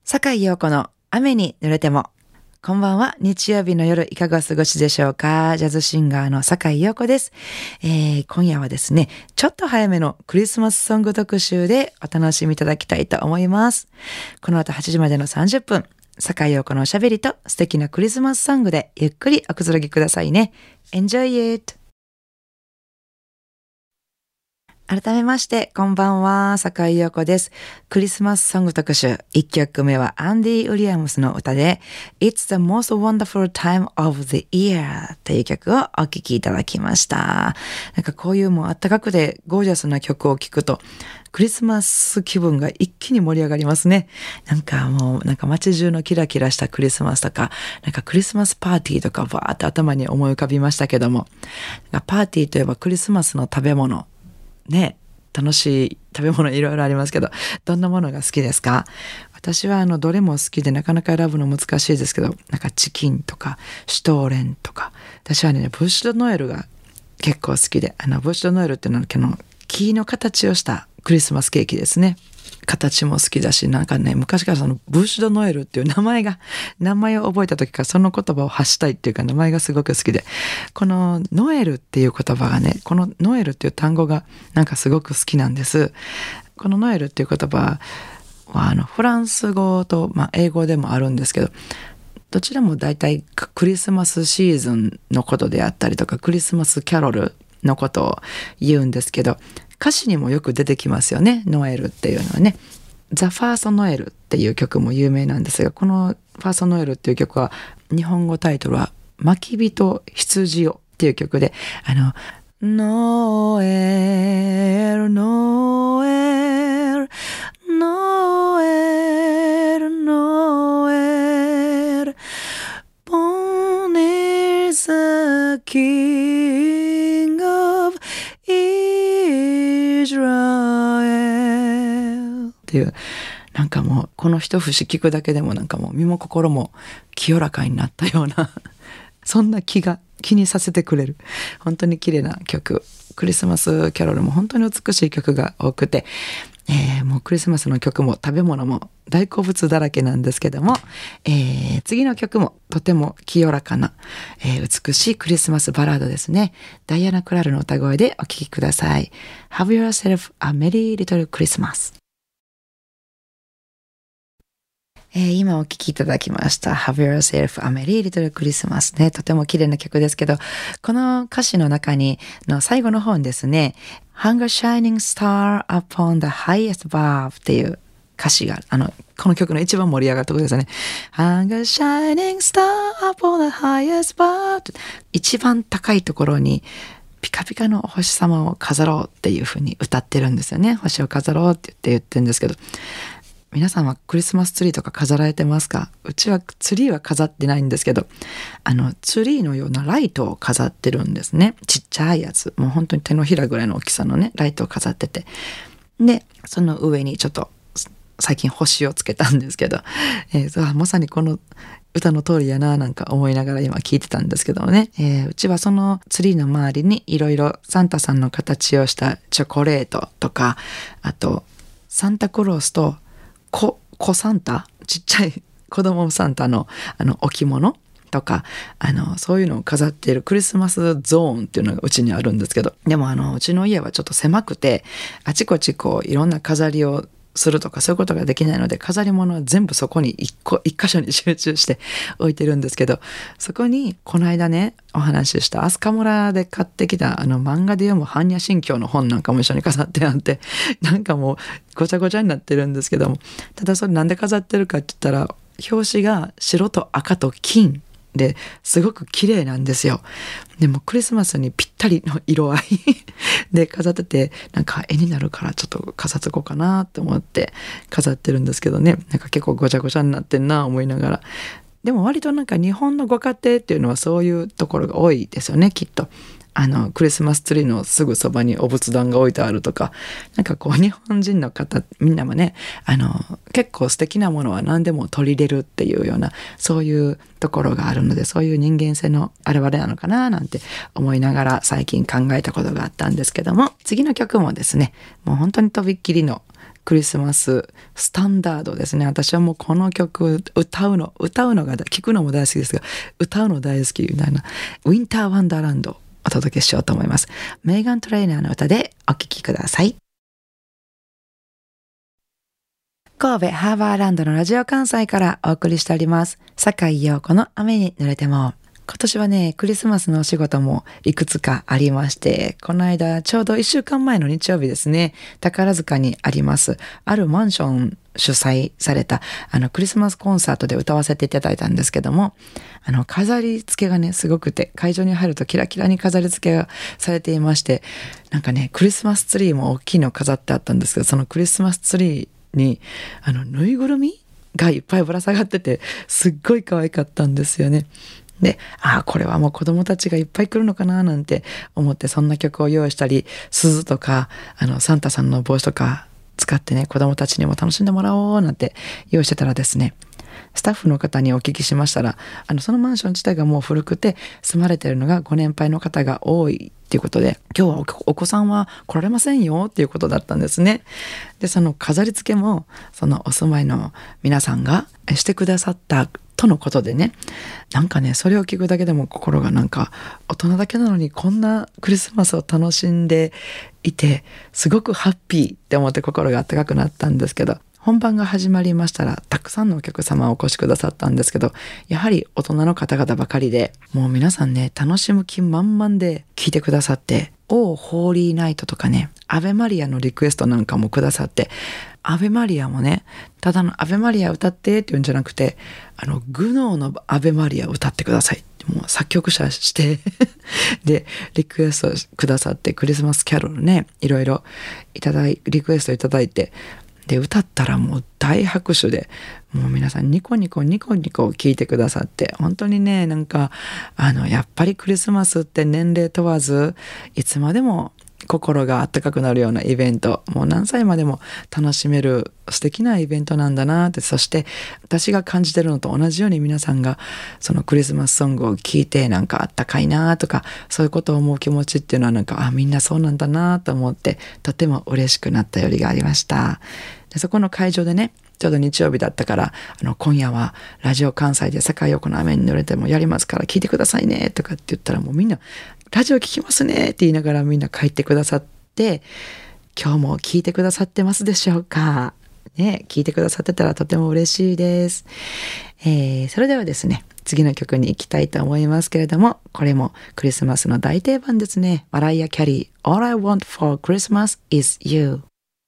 坂井陽子の雨に濡れても。こんばんは。日曜日の夜いかがお過ごしでしょうか。ジャズシンガーの坂井陽子です。今夜はですね、ちょっと早めのクリスマスソング特集でお楽しみいただきたいと思います。この後8時までの30分、坂井陽子のおしゃべりと素敵なクリスマスソングでゆっくりおくつろぎくださいね。Enjoy it! 改めまして、こんばんは、坂井陽子です。クリスマスソング特集、1曲目はアンディ・ウィリアムスの歌で It's the most wonderful time of the year という曲をお聴きいただきました。なんかこういうもう暖かくてゴージャスな曲を聴くと、クリスマス気分が一気に盛り上がりますね。なんかもう、なんか街中のキラキラしたクリスマスとか、なんかクリスマスパーティーとかバーって頭に思い浮かびましたけども、パーティーといえばクリスマスの食べ物、ね、楽しい食べ物いろいろありますけど、どんなものが好きですか？私はどれも好きでなかなか選ぶの難しいですけど、なんかチキンとかシュトーレンとか、私はね、ブッシュドノエルが結構好きで、ブッシュドノエルっていうのは木の形をしたクリスマスケーキですね。形も好きだし、なんかね、昔からブッシュドノエルっていう名前を覚えた時からその言葉を発したいっていうか、名前がすごく好きで、このノエルっていう言葉がね、このノエルっていう単語がなんかすごく好きなんです。このノエルっていう言葉はフランス語と、英語でもあるんですけど、どちらも大体クリスマスシーズンのことであったりとか、クリスマスキャロルのことを言うんですけど、歌詞にもよく出てきますよね、ノエルっていうのはね。ザ・ファースト・ノエルっていう曲も有名なんですが、このファースト・ノエルっていう曲は、日本語タイトルは牧人羊よっていう曲で、ノエル、ノエル、ノエル、ノエル、Born is the King of Israel っていう、なんかもうこの一節聞くだけでもなんかもう身も心も清らかになったようなそんな気にさせてくれる本当に綺麗な曲。クリスマスキャロルも本当に美しい曲が多くて、もうクリスマスの曲も食べ物も大好物だらけなんですけども、次の曲もとても清らかな、美しいクリスマスバラードですね。ダイアナ・クラルの歌声でお聴きください。Have yourself a merry little Christmas。今お聴きいただきました Have yourself a merry little Christmas ね、とても綺麗な曲ですけど、この歌詞の中の最後の方にですね、Hang a shining star upon the highest bar っていう歌詞がこの曲の一番盛り上がるところですね。Hang a shining star upon the highest bar 一番高いところにピカピカの星様を飾ろうっていう風に歌ってるんですよね。星を飾ろうって言ってるんですけど、皆さんはクリスマスツリーとか飾られてますか？うちはツリーは飾ってないんですけど、ツリーのようなライトを飾ってるんですね。ちっちゃいやつ、もう本当に手のひらぐらいの大きさのね、ライトを飾ってて。で、その上にちょっと最近星をつけたんですけど、まさにこの歌の通りやななんか思いながら今聞いてたんですけどもね、うちはそのツリーの周りにいろいろサンタさんの形をしたチョコレートとか、あとサンタクロースと子サンタ、ちっちゃい子供サンタの置物とかそういうのを飾っているクリスマスゾーンっていうのがうちにあるんですけど、でもうちの家はちょっと狭くて、あちこちいろんな飾りをするとかそういうことができないので、飾り物は全部そこに一箇所に集中して置いてるんですけど、そこにこの間ねお話しした飛鳥村で買ってきた漫画で読む般若心経の本なんかも一緒に飾ってあって、なんかもうごちゃごちゃになってるんですけども、ただそれなんで飾ってるかって言ったら、表紙が白と赤と金ですごく綺麗なんですよ。でもクリスマスにぴったりの色合いで飾ってて、なんか絵になるからちょっと飾ってこうかなと思って飾ってるんですけどね、なんか結構ごちゃごちゃになってんな思いながら。でも割となんか日本のご家庭っていうのはそういうところが多いですよね、きっと。クリスマスツリーのすぐそばにお仏壇が置いてあるとか、なんか日本人の方みんなもね、結構素敵なものは何でも取り入れるっていうような、そういうところがあるので、そういう人間性の表れなのかななんて思いながら最近考えたことがあったんですけども、次の曲もですね、もう本当にとびっきりのクリスマススタンダードですね。私はもうこの曲歌うのが聞くのも大好きですが、歌うの大好きみたいなウィンターワンダーランドをお届けしようと思います。メーガン・トレイナーの歌でお聴きください。神戸ハーバーランドのラジオ関西からお送りしております。坂井陽子の雨に濡れても。今年はね、クリスマスのお仕事もいくつかありまして、この間ちょうど1週間前の日曜日ですね、宝塚にありますあるマンション主催されたクリスマスコンサートで歌わせていただいたんですけども、飾り付けがねすごくて、会場に入るとキラキラに飾り付けがされていまして、なんかねクリスマスツリーも大きいの飾ってあったんですけど、そのクリスマスツリーにぬいぐるみがいっぱいぶら下がってて、すっごい可愛かったんですよね。で、これはもう子供たちがいっぱい来るのかななんて思って、そんな曲を用意したり、鈴とかサンタさんの帽子とか使ってね、子供たちにも楽しんでもらおうなんて用意してたらですね、スタッフの方にお聞きしましたら、そのマンション自体がもう古くて住まれているのがご年配の方が多いっていうことで、今日はお子さんは来られませんよっていうことだったんですね。で、その飾り付けもそのお住まいの皆さんがしてくださったとのことでね、なんかねそれを聞くだけでも心がなんか、大人だけなのにこんなクリスマスを楽しんでいてすごくハッピーって思って心が温かくなったんですけど、本番が始まりましたらたくさんのお客様お越しくださったんですけど、やはり大人の方々ばかりで、もう皆さんね楽しむ気満々で聞いてくださって、オーホーリーナイトとかね、アベマリアのリクエストなんかもくださって、アベマリアもね、ただのアベマリア歌ってって言うんじゃなくて、グノーのアベマリア歌ってくださいってもう作曲者してでリクエストくださって、クリスマスキャロルね、いろいろリクエストいただいて、で歌ったらもう大拍手で、もう皆さんニコニコニコニコ聞いてくださって、本当にね、なんかやっぱりクリスマスって年齢問わずいつまでも心が温かくなるようなイベント、もう何歳までも楽しめる素敵なイベントなんだなって、そして私が感じてるのと同じように皆さんがそのクリスマスソングを聴いてなんかあったかいなとか、そういうことを思う気持ちっていうのはなんか、みんなそうなんだなと思って、とても嬉しくなったよりがありました。でそこの会場でね、ちょうど日曜日だったから、今夜はラジオ関西で坂井陽子の雨に濡れてもやりますから聞いてくださいねとかって言ったら、もうみんなラジオ聞きますねって言いながらみんな帰ってくださって、今日も聞いてくださってますでしょうかね。聞いてくださってたらとても嬉しいです。それではですね、次の曲に行きたいと思いますけれども、これもクリスマスの大定番ですね。マライア・キャリー All I Want for Christmas is You。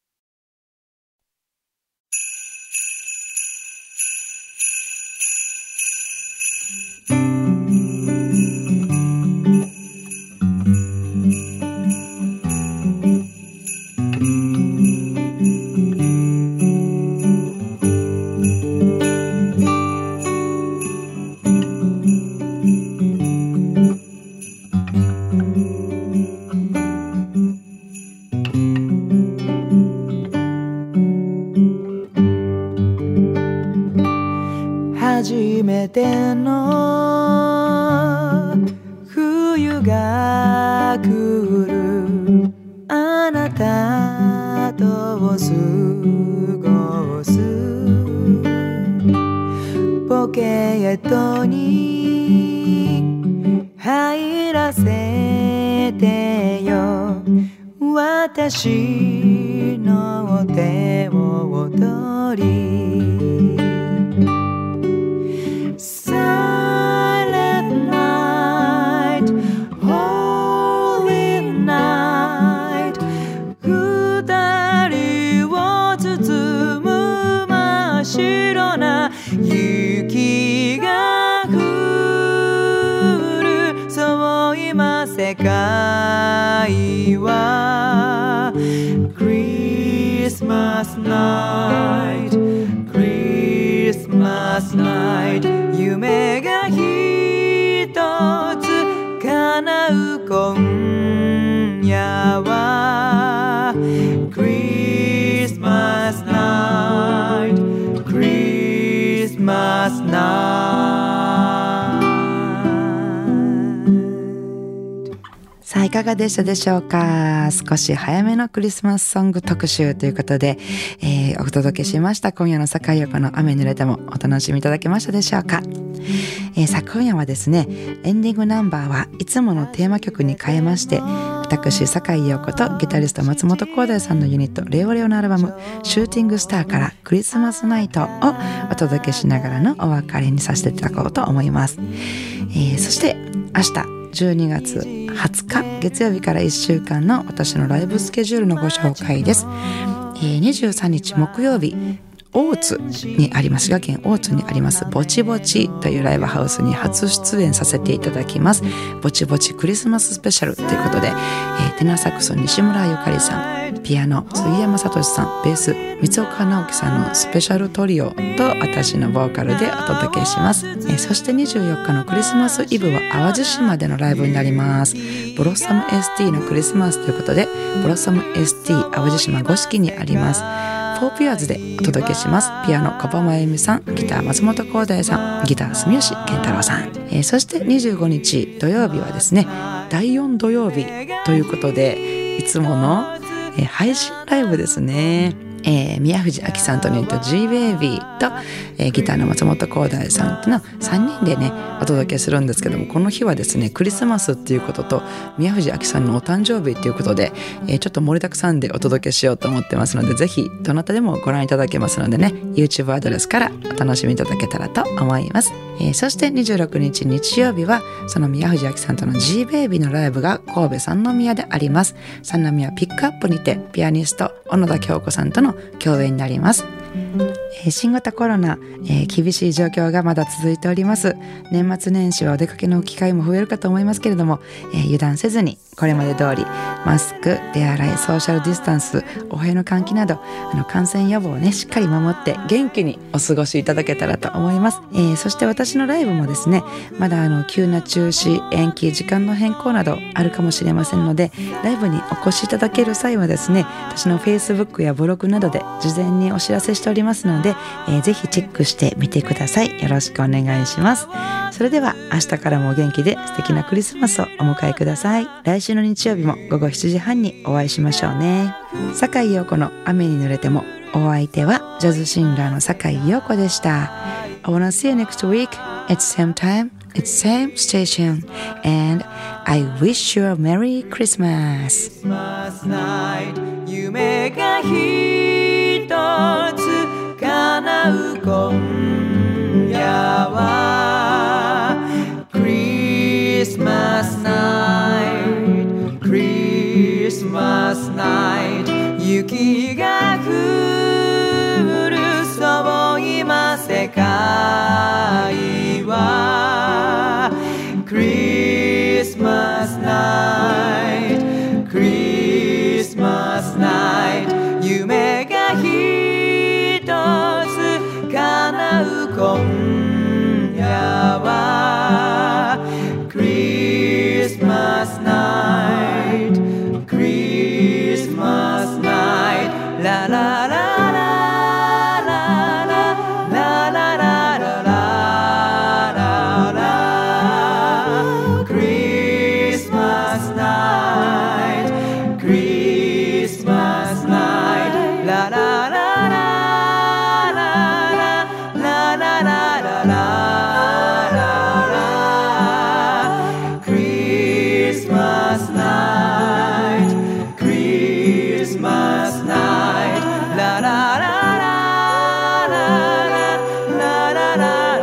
初めての冬が来る、あなたと過ごすポケットに入らせてよ、私の手を取り、Silent night, holy night、 二人を包む真っ白な雪が降る、そう今世界は Christmas night、 Christmas night、夢が一つ叶う今夜は Christmas night、 Christmas night。 最いかがでしたでしょうか。少し早めのクリスマスソング特集ということで、お届けしました。今夜の坂井陽子の雨に濡れてもお楽しみいただけましたでしょうか。さあ今夜はですね、エンディングナンバーはいつものテーマ曲に変えまして、私坂井陽子とギタリスト松本浩大さんのユニットレオレオのアルバムシューティングスターからクリスマスナイトをお届けしながらのお別れにさせていただこうと思います。そして明日12月20日月曜日から1週間の私のライブスケジュールのご紹介です。23日木曜日大津にあります、滋賀県大津にありますぼちぼちというライブハウスに初出演させていただきます。ぼちぼちクリスマススペシャルということで、テナーサックス西村ゆかりさん、ピアノ杉山聡さん、ベース三岡直樹さんのスペシャルトリオと私のボーカルでお届けします。そして24日のクリスマスイブは淡路島でのライブになります。ブロッサム ST のクリスマスということで、ブロッサム ST 淡路島五色にありますフォーピアーズでお届けします。ピアノ小浜真由美さん、ギター松本浩大さん、ギター住吉健太郎さん、そして25日土曜日はですね、第4土曜日ということでいつもの、配信ライブですね。宮藤明さんとユニット G-Baby と、ギターの松本浩大さんとの3人でねお届けするんですけども、この日はですねクリスマスっていうことと宮藤明さんのお誕生日っていうことで、ちょっと盛りだくさんでお届けしようと思ってますので、ぜひどなたでもご覧いただけますのでね、 YouTube アドレスからお楽しみいただけたらと思います。そして26日日曜日はその宮藤明さんとの G-Baby のライブが神戸三宮であります。三宮ピックアップにてピアニスト小野田京子さんとの共演になります。新型コロナ、厳しい状況がまだ続いております。年末年始はお出かけの機会も増えるかと思いますけれども、油断せずにこれまで通りマスク、手洗い、ソーシャルディスタンス、お部屋の換気など感染予防をねしっかり守って元気にお過ごしいただけたらと思います。そして私のライブもですね、まだ急な中止、延期、時間の変更などあるかもしれませんので、ライブにお越しいただける際はですね、私の Facebook やブログなどで事前にお知らせしておりますので、ぜひチェックしてみてください。よろしくお願いします。それでは明日からもお元気で素敵なクリスマスをお迎えください。来週の日曜日も午後7時半にお会いしましょうね。坂井陽子の雨に濡れても、お相手はジャズシンガーの坂井陽子でした。 I wanna see you next week at same time at same station and I wish you a Merry Christmas. 夢が一つ叶う今夜は Christmas night Christmas night 雪が降るそう今世界は Christmas night Christmas night 夢が一つ叶う今夜は Christmas night Christmas night ラララララララララララ Christmas night Christmas night ラララララララララ Christmas night Christmas night ララララララ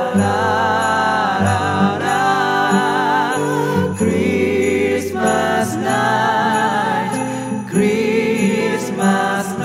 ラ Christmas night Christmas